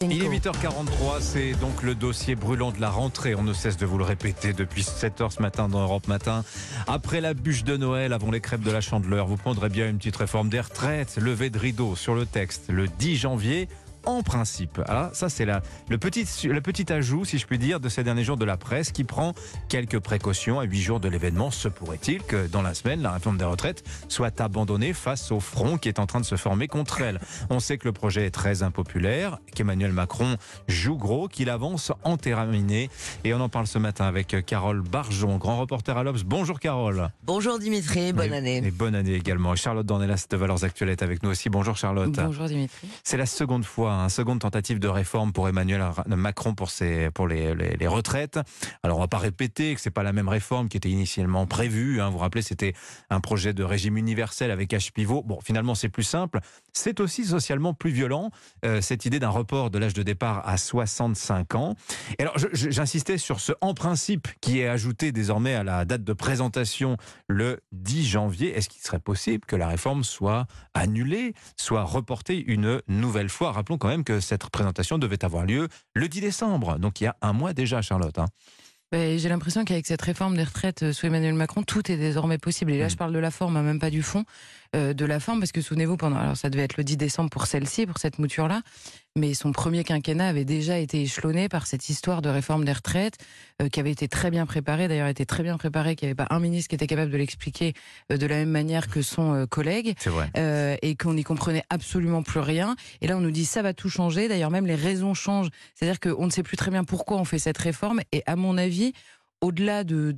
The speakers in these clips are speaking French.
Il est 8h43, c'est donc le dossier brûlant de la rentrée. On ne cesse de vous le répéter depuis 7h ce matin dans Europe Matin. Après la bûche de Noël, avant les crêpes de la Chandeleur, vous prendrez bien une petite réforme des retraites, levée de rideau sur le texte le 10 janvier. En principe, alors ça c'est le petit ajout, si je puis dire, de ces derniers jours de la presse qui prend quelques précautions à 8 jours de l'événement. Se pourrait-il que dans la semaine, la réforme des retraites soit abandonnée face au front qui est en train de se former contre elle. On sait que le projet est très impopulaire, qu'Emmanuel Macron joue gros, qu'il avance en terminé. Et on en parle ce matin avec Carole Barjon, grand reporter à l'Obs. Bonjour Carole. Bonjour Dimitri, bonne année. Et bonne année également. Charlotte Dornelas de Valeurs Actuelles est avec nous aussi. Bonjour Charlotte. Bonjour Dimitri. C'est la seconde fois, seconde tentative de réforme pour Emmanuel Macron pour les retraites. Alors on va pas répéter que c'est pas la même réforme qui était initialement prévue. Vous vous rappelez, c'était un projet de régime universel avec âge pivot. Bon, finalement c'est plus simple. C'est aussi socialement plus violent, cette idée d'un report de l'âge de départ à 65 ans. Et alors j'insistais sur ce en principe qui est ajouté désormais à la date de présentation le 10 janvier. Est-ce qu'il serait possible que la réforme soit annulée, soit reportée une nouvelle fois? Rappelons quand même que cette présentation devait avoir lieu le 10 décembre, donc il y a un mois déjà, Charlotte. J'ai l'impression qu'avec cette réforme des retraites sous Emmanuel Macron, tout est désormais possible. Et là, je parle de la forme, même pas du fond. De la forme, parce que souvenez-vous, alors ça devait être le 10 décembre pour celle-ci, pour cette mouture-là, mais son premier quinquennat avait déjà été échelonné par cette histoire de réforme des retraites, qui avait été très bien préparée, d'ailleurs était très bien préparée, qu'il n'y avait pas un ministre qui était capable de l'expliquer de la même manière que son collègue, c'est vrai. Et qu'on n'y comprenait absolument plus rien. Et là, on nous dit ça va tout changer, d'ailleurs même les raisons changent, c'est-à-dire qu'on ne sait plus très bien pourquoi on fait cette réforme, et à mon avis, au-delà du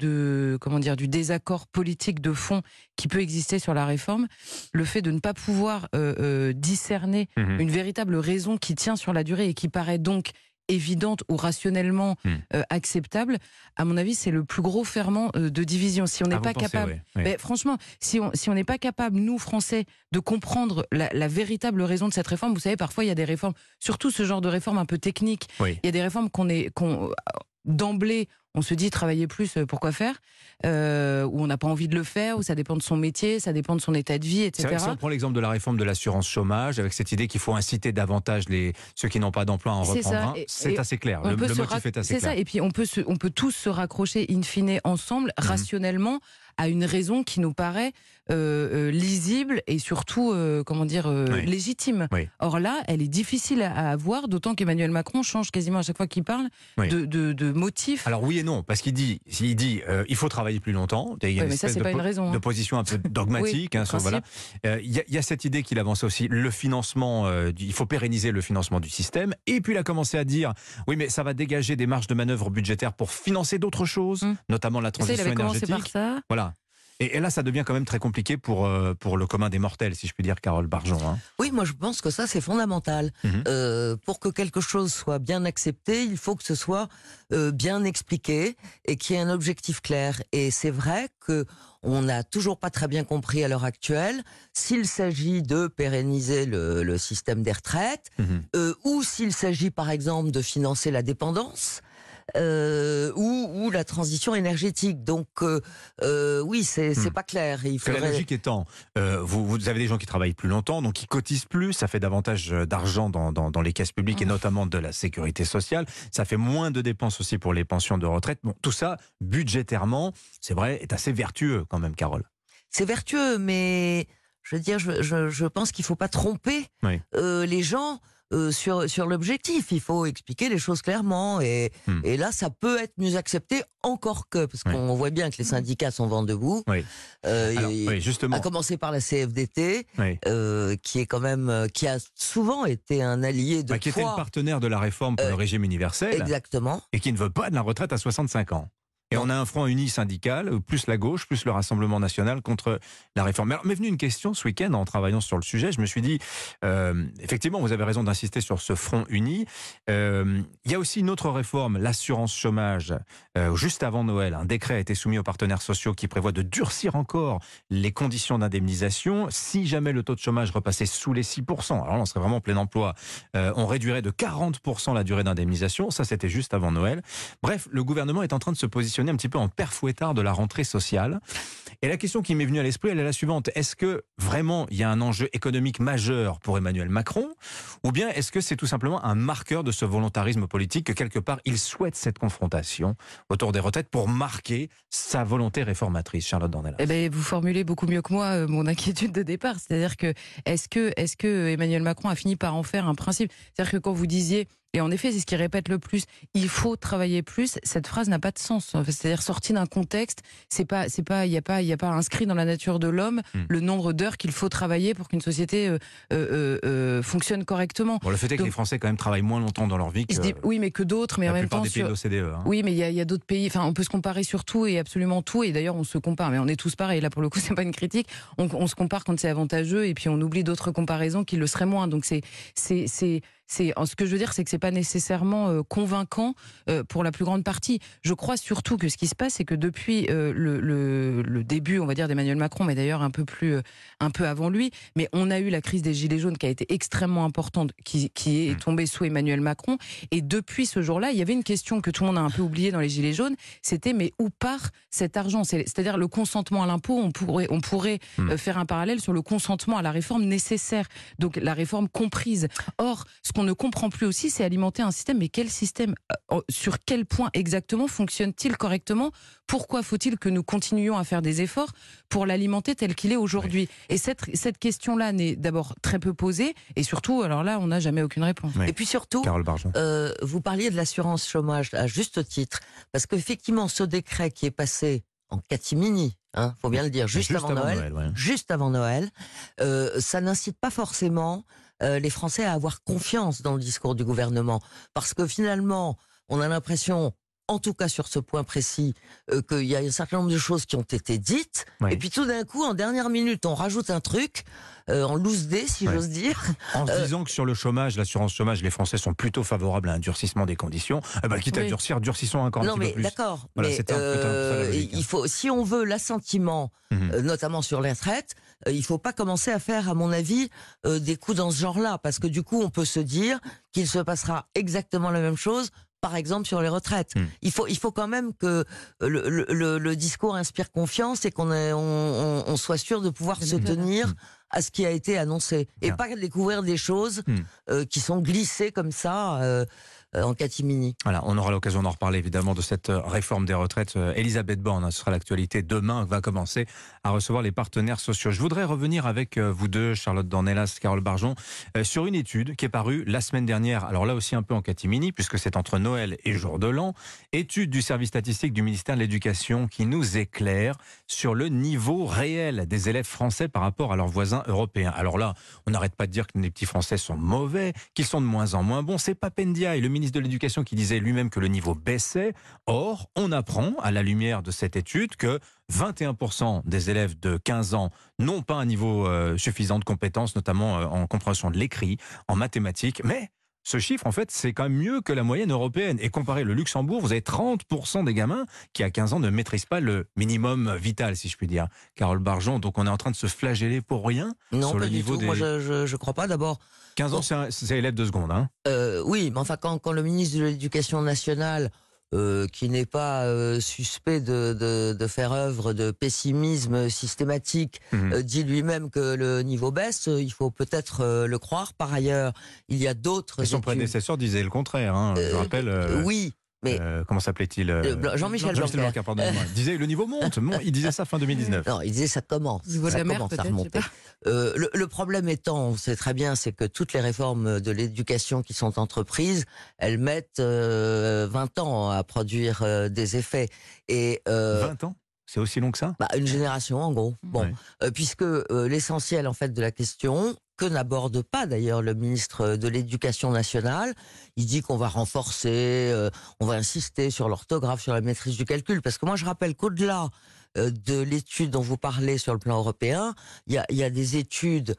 désaccord politique de fond qui peut exister sur la réforme, le fait de ne pas pouvoir discerner une véritable raison qui tient sur la durée et qui paraît donc évidente ou rationnellement acceptable, à mon avis, c'est le plus gros ferment de division. Si on n'est pas capable, franchement, si on n'est pas capable, nous Français, de comprendre la véritable raison de cette réforme, vous savez, parfois il y a des réformes, surtout ce genre de réforme un peu technique, il y a des réformes d'emblée, on se dit travailler plus, pourquoi faire, où on n'a pas envie de le faire, où ça dépend de son métier, ça dépend de son état de vie, etc. C'est vrai que si on prend l'exemple de la réforme de l'assurance chômage, avec cette idée qu'il faut inciter davantage ceux qui n'ont pas d'emploi à en reprendre un, c'est assez clair. Le motif est assez clair. Ça, et puis on peut tous se raccrocher in fine ensemble, rationnellement, à une raison qui nous paraît lisible et surtout, légitime. Oui. Or là, elle est difficile à avoir, d'autant qu'Emmanuel Macron change quasiment à chaque fois qu'il parle de motif. Alors oui et non, parce qu'il dit il faut travailler plus longtemps. Il y a une espèce de position un peu dogmatique. Il y a cette idée qu'il avance aussi, le financement, il faut pérenniser le financement du système. Et puis il a commencé à dire, oui mais ça va dégager des marges de manœuvre budgétaires pour financer d'autres choses, notamment la transition énergétique. Il avait commencé par ça. Voilà. Et là, ça devient quand même très compliqué pour le commun des mortels, si je puis dire, Carole Barjon. Oui, moi je pense que ça c'est fondamental. Pour que quelque chose soit bien accepté, il faut que ce soit bien expliqué et qu'il y ait un objectif clair. Et c'est vrai que on n'a toujours pas très bien compris à l'heure actuelle s'il s'agit de pérenniser le système des retraites ou s'il s'agit par exemple de financer la dépendance. Ou la transition énergétique. Donc oui, c'est pas clair. La logique étant, vous avez des gens qui travaillent plus longtemps, donc qui cotisent plus, ça fait davantage d'argent dans les caisses publiques et notamment de la sécurité sociale. Ça fait moins de dépenses aussi pour les pensions de retraite. Bon, tout ça, budgétairement, c'est vrai, est assez vertueux quand même, Carole. C'est vertueux, mais je veux dire, je pense qu'il faut pas tromper les gens. Sur l'objectif, il faut expliquer les choses clairement et là ça peut être mieux accepté encore que parce qu'on voit bien que les syndicats sont vent debout. Justement. À commencer par la CFDT, qui est quand même qui a souvent été un allié de qui était le partenaire de la réforme pour le régime universel. Exactement. Et qui ne veut pas de la retraite à 65 ans. Et on a un front uni syndical, plus la gauche, plus le Rassemblement national contre la réforme. Alors, m'est venue une question ce week-end en travaillant sur le sujet. Je me suis dit, effectivement, vous avez raison d'insister sur ce front uni. Il y a aussi une autre réforme, l'assurance chômage. Juste avant Noël, un décret a été soumis aux partenaires sociaux qui prévoit de durcir encore les conditions d'indemnisation. Si jamais le taux de chômage repassait sous les 6%, alors là, on serait vraiment en plein emploi, on réduirait de 40% la durée d'indemnisation. Ça, c'était juste avant Noël. Bref, le gouvernement est en train de se positionner positionner un petit peu en père fouettard de la rentrée sociale. Et la question qui m'est venue à l'esprit, elle est la suivante. Est-ce que vraiment il y a un enjeu économique majeur pour Emmanuel Macron, ou bien est-ce que c'est tout simplement un marqueur de ce volontarisme politique que quelque part il souhaite cette confrontation autour des retraites pour marquer sa volonté réformatrice, Charlotte Dornelas? Eh ben, vous formulez beaucoup mieux que moi mon inquiétude de départ. C'est-à-dire que est-ce que Emmanuel Macron a fini par en faire un principe? C'est-à-dire que quand vous disiez, et en effet, c'est ce qu'il répète le plus, il faut travailler plus, cette phrase n'a pas de sens. C'est-à-dire sortie d'un contexte, il n'y a pas inscrit dans la nature de l'homme le nombre d'heures qu'il faut travailler pour qu'une société fonctionne correctement. Bon, le fait est que les Français quand même travaillent moins longtemps dans leur vie que oui, mais que d'autres, mais en même temps des pays de l'OCDE. Hein. Oui, mais il y a d'autres pays. Enfin, on peut se comparer sur tout et absolument tout. Et d'ailleurs, on se compare, mais on est tous pareils. Là, pour le coup, c'est pas une critique. On se compare quand c'est avantageux, et puis on oublie d'autres comparaisons qui le seraient moins. Donc ce que je veux dire, c'est que c'est pas nécessairement convaincant pour la plus grande partie. Je crois surtout que ce qui se passe, c'est que depuis le début, on va dire, d'Emmanuel Macron, mais d'ailleurs un peu avant lui, mais on a eu la crise des Gilets jaunes qui a été extrêmement importante, qui est tombée sous Emmanuel Macron. Et depuis ce jour-là, il y avait une question que tout le monde a un peu oubliée dans les Gilets jaunes, c'était mais où part cet argent? C'est-à-dire le consentement à l'impôt. On pourrait faire un parallèle sur le consentement à la réforme nécessaire, donc la réforme comprise. Or, ce qu'on ne comprend plus aussi, c'est alimenter un système. Mais quel système? Sur quel point exactement fonctionne-t-il correctement? Pourquoi faut-il que nous continuions à faire des efforts pour l'alimenter tel qu'il est aujourd'hui? Et cette question-là n'est d'abord très peu posée, et surtout, alors là, on n'a jamais aucune réponse. Et puis surtout, Carole Barjon. vous parliez de l'assurance chômage à juste titre, parce qu'effectivement, ce décret qui est passé en catimini, faut bien le dire, juste avant Noël, ça n'incite pas forcément les Français à avoir confiance dans le discours du gouvernement. Parce que finalement, on a l'impression, en tout cas sur ce point précis, qu'il y a un certain nombre de choses qui ont été dites, et puis tout d'un coup, en dernière minute, on rajoute un truc, en loose dé, si j'ose dire. En se disant que sur le chômage, l'assurance chômage, les Français sont plutôt favorables à un durcissement des conditions, quitte à durcir, durcissons encore un petit peu plus. D'accord, voilà, mais il faut, si on veut l'assentiment, notamment sur les retraites, il faut pas commencer à faire, à mon avis, des coups dans ce genre-là, parce que du coup, on peut se dire qu'il se passera exactement la même chose, par exemple sur les retraites. Il faut quand même que le discours inspire confiance et qu'on soit sûr de pouvoir se tenir à ce qui a été annoncé. Et pas découvrir des choses qui sont glissées comme ça en catimini. Voilà, on aura l'occasion d'en reparler évidemment de cette réforme des retraites. Elisabeth Borne, ce sera l'actualité. Demain va commencer à recevoir les partenaires sociaux. Je voudrais revenir avec vous deux, Charlotte Dornelas, Carole Barjon, sur une étude qui est parue la semaine dernière. Alors là aussi un peu en catimini, puisque c'est entre Noël et jour de l'an. Étude du service statistique du ministère de l'Éducation qui nous éclaire sur le niveau réel des élèves français par rapport à leurs voisins européens. Alors là, on n'arrête pas de dire que les petits Français sont mauvais, qu'ils sont de moins en moins bons. C'est Pap Ndiaye, le ministre de l'Éducation, qui disait lui-même que le niveau baissait. Or, on apprend, à la lumière de cette étude, que 21% des élèves de 15 ans n'ont pas un niveau suffisant de compétences, notamment en compréhension de l'écrit, en mathématiques. Mais ce chiffre, en fait, c'est quand même mieux que la moyenne européenne. Et comparé le Luxembourg, vous avez 30% des gamins qui, à 15 ans, ne maîtrisent pas le minimum vital, si je puis dire. Carole Barjon, donc on est en train de se flageller pour rien sur le niveau des... Moi, je crois pas. D'abord, 15 ans, c'est élève de seconde. Hein. Oui, mais enfin, quand le ministre de l'Éducation nationale, qui n'est pas suspect de faire œuvre de pessimisme systématique, dit lui-même que le niveau baisse, il faut peut-être le croire. Par ailleurs, il y a d'autres études. Son prédécesseur disait le contraire, hein, je rappelle. Oui. Mais comment s'appelait-il Jean-Michel Blanquer. Pardonnez-moi. Il disait le niveau monte. Il disait ça fin 2019. Non, il disait ça commence. Ça commence à remonter. Le problème étant, on sait très bien, c'est que toutes les réformes de l'éducation qui sont entreprises, elles mettent 20 ans à produire des effets. Et 20 ans? C'est aussi long que ça? Une génération, en gros. Bon, puisque l'essentiel, en fait, de la question, que n'aborde pas d'ailleurs le ministre de l'Éducation nationale, il dit qu'on va renforcer, on va insister sur l'orthographe, sur la maîtrise du calcul, parce que moi je rappelle qu'au-delà de l'étude dont vous parlez sur le plan européen, il y a des études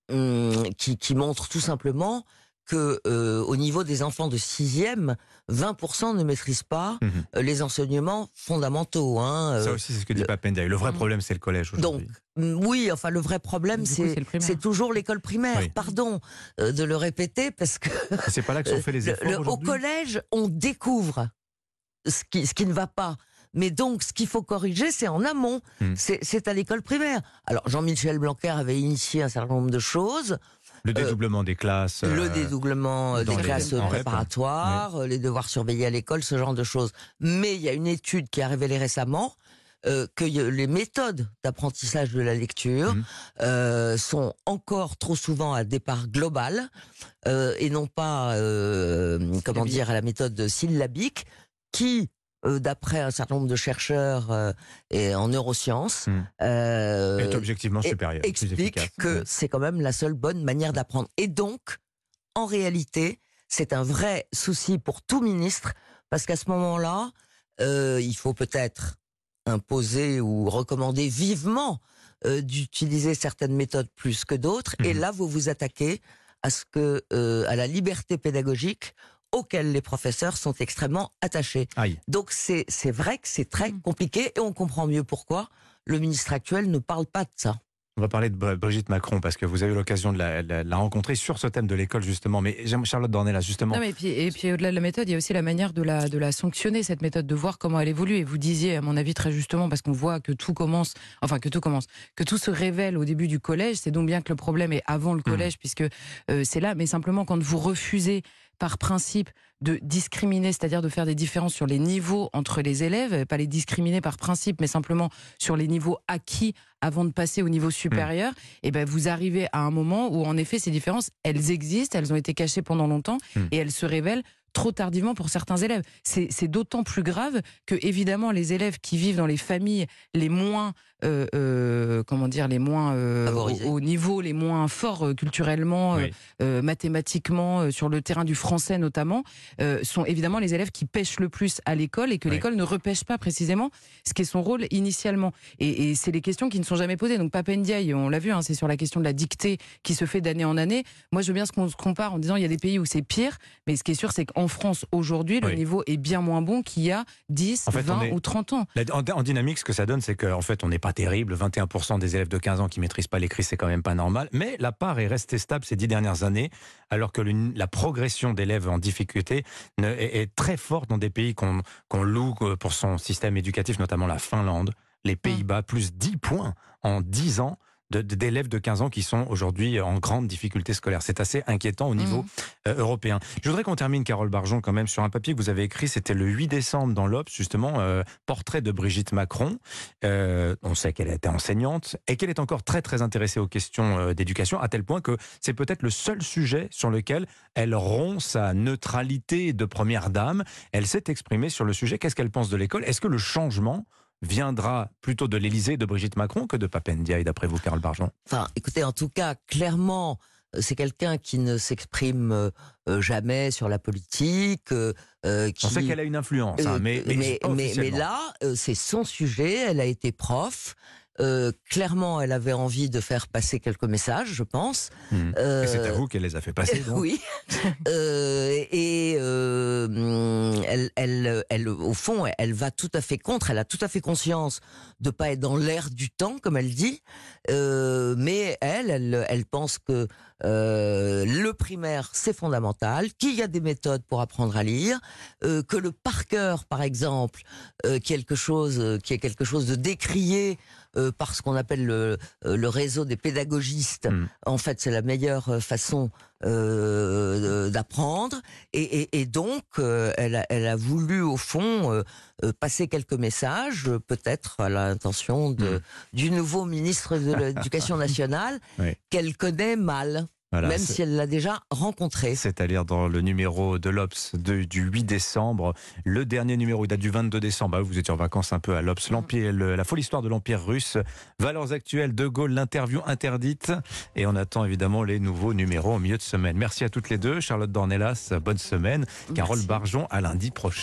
qui montrent tout simplement que au niveau des enfants de 6e, 20% ne maîtrisent pas les enseignements fondamentaux. Ça aussi, c'est ce que dit Pap Ndiaye. Le vrai problème, c'est le collège aujourd'hui. Donc, oui, enfin, le vrai problème, c'est toujours l'école primaire. Oui. Pardon de le répéter, parce que... C'est pas là que sont faits les efforts au collège, on découvre ce qui ne va pas. Mais donc, ce qu'il faut corriger, c'est en amont. C'est à l'école primaire. Alors, Jean-Michel Blanquer avait initié un certain nombre de choses. Le dédoublement des classes. Le dédoublement des classes préparatoires, les devoirs surveillés à l'école, ce genre de choses. Mais il y a une étude qui a révélé récemment que les méthodes d'apprentissage de la lecture sont encore trop souvent à départ global et non pas, à la méthode syllabique qui, d'après un certain nombre de chercheurs et en neurosciences, est objectivement supérieur, explique que c'est quand même la seule bonne manière d'apprendre. Et donc, en réalité, c'est un vrai souci pour tout ministre, parce qu'à ce moment-là, il faut peut-être imposer ou recommander vivement d'utiliser certaines méthodes plus que d'autres. Et là, vous vous attaquez à la liberté pédagogique auxquels les professeurs sont extrêmement attachés. Aïe. Donc c'est vrai que c'est très compliqué et on comprend mieux pourquoi le ministre actuel ne parle pas de ça. On va parler de Brigitte Macron parce que vous avez eu l'occasion de la rencontrer sur ce thème de l'école justement. Mais j'aime Charlotte Dornelas justement. Non, mais et puis au-delà de la méthode, il y a aussi la manière de la sanctionner, cette méthode, de voir comment elle évolue. Et vous disiez, à mon avis très justement, parce qu'on voit que tout se révèle au début du collège. C'est donc bien que le problème est avant le collège, puisque c'est là. Mais simplement, quand vous refusez par principe de discriminer, c'est-à-dire de faire des différences sur les niveaux entre les élèves, pas les discriminer par principe, mais simplement sur les niveaux acquis avant de passer au niveau supérieur, et ben vous arrivez à un moment où en effet ces différences, elles existent, elles ont été cachées pendant longtemps et elles se révèlent trop tardivement pour certains élèves. C'est d'autant plus grave que évidemment les élèves qui vivent dans les familles les moins au niveau les moins forts culturellement, mathématiquement, sur le terrain du français notamment, sont évidemment les élèves qui pêchent le plus à l'école et que l'école ne repêche pas précisément ce qui est son rôle initialement. Et c'est les questions qui ne sont jamais posées. Donc Pape Ndiaye, on l'a vu, c'est sur la question de la dictée qui se fait d'année en année. Moi je veux bien qu'on se compare en disant il y a des pays où c'est pire, mais ce qui est sûr c'est qu'en France aujourd'hui le niveau est bien moins bon qu'il y a 10, 20 ou 30 ans. En dynamique, ce que ça donne, c'est qu'en fait on n'est pas terrible. 21% des élèves de 15 ans qui maîtrisent pas l'écrit, c'est quand même pas normal. Mais la part est restée stable ces 10 dernières années, alors que la progression d'élèves en difficulté est très forte dans des pays qu'on loue pour son système éducatif, notamment la Finlande, les Pays-Bas, plus 10 points en 10 ans d'élèves de 15 ans qui sont aujourd'hui en grande difficulté scolaire. C'est assez inquiétant au niveau européen. Je voudrais qu'on termine, Carole Barjon, quand même, sur un papier que vous avez écrit, c'était le 8 décembre dans l'Obs, justement, portrait de Brigitte Macron. On sait qu'elle a été enseignante et qu'elle est encore très très intéressée aux questions d'éducation, à tel point que c'est peut-être le seul sujet sur lequel elle rompt sa neutralité de première dame. Elle s'est exprimée sur le sujet. Qu'est-ce qu'elle pense de l'école? Est-ce que le changement viendra plutôt de l'Élysée, de Brigitte Macron, que de Pape Ndiaye, d'après vous, Carole Barjon? Enfin, écoutez, en tout cas, clairement, c'est quelqu'un qui ne s'exprime jamais sur la politique. On sait qu'elle a une influence, mais là, c'est son sujet, elle a été prof. Clairement, elle avait envie de faire passer quelques messages, je pense. Et c'est à vous qu'elle les a fait passer, donc. Oui. Elle, au fond, elle va tout à fait contre. Elle a tout à fait conscience de pas être dans l'air du temps, comme elle dit. Mais elle pense que le primaire, c'est fondamental, qu'il y a des méthodes pour apprendre à lire, que le par cœur, par exemple, qui est quelque chose de décrié par ce qu'on appelle le réseau des pédagogistes. En fait, c'est la meilleure façon d'apprendre. Et donc, elle a voulu, au fond, passer quelques messages, peut-être à l'intention du nouveau ministre de l'Éducation nationale, qu'elle connaît mal. Voilà, même si elle l'a déjà rencontré. C'est à lire dans le numéro de l'Obs du 8 décembre. Le dernier numéro, il date du 22 décembre. Vous étiez en vacances un peu à l'Obs. La folle histoire de l'Empire russe. Valeurs actuelles, De Gaulle, l'interview interdite. Et on attend évidemment les nouveaux numéros au milieu de semaine. Merci à toutes les deux. Charlotte Dornelas, bonne semaine. Carole Barjon, à lundi prochain.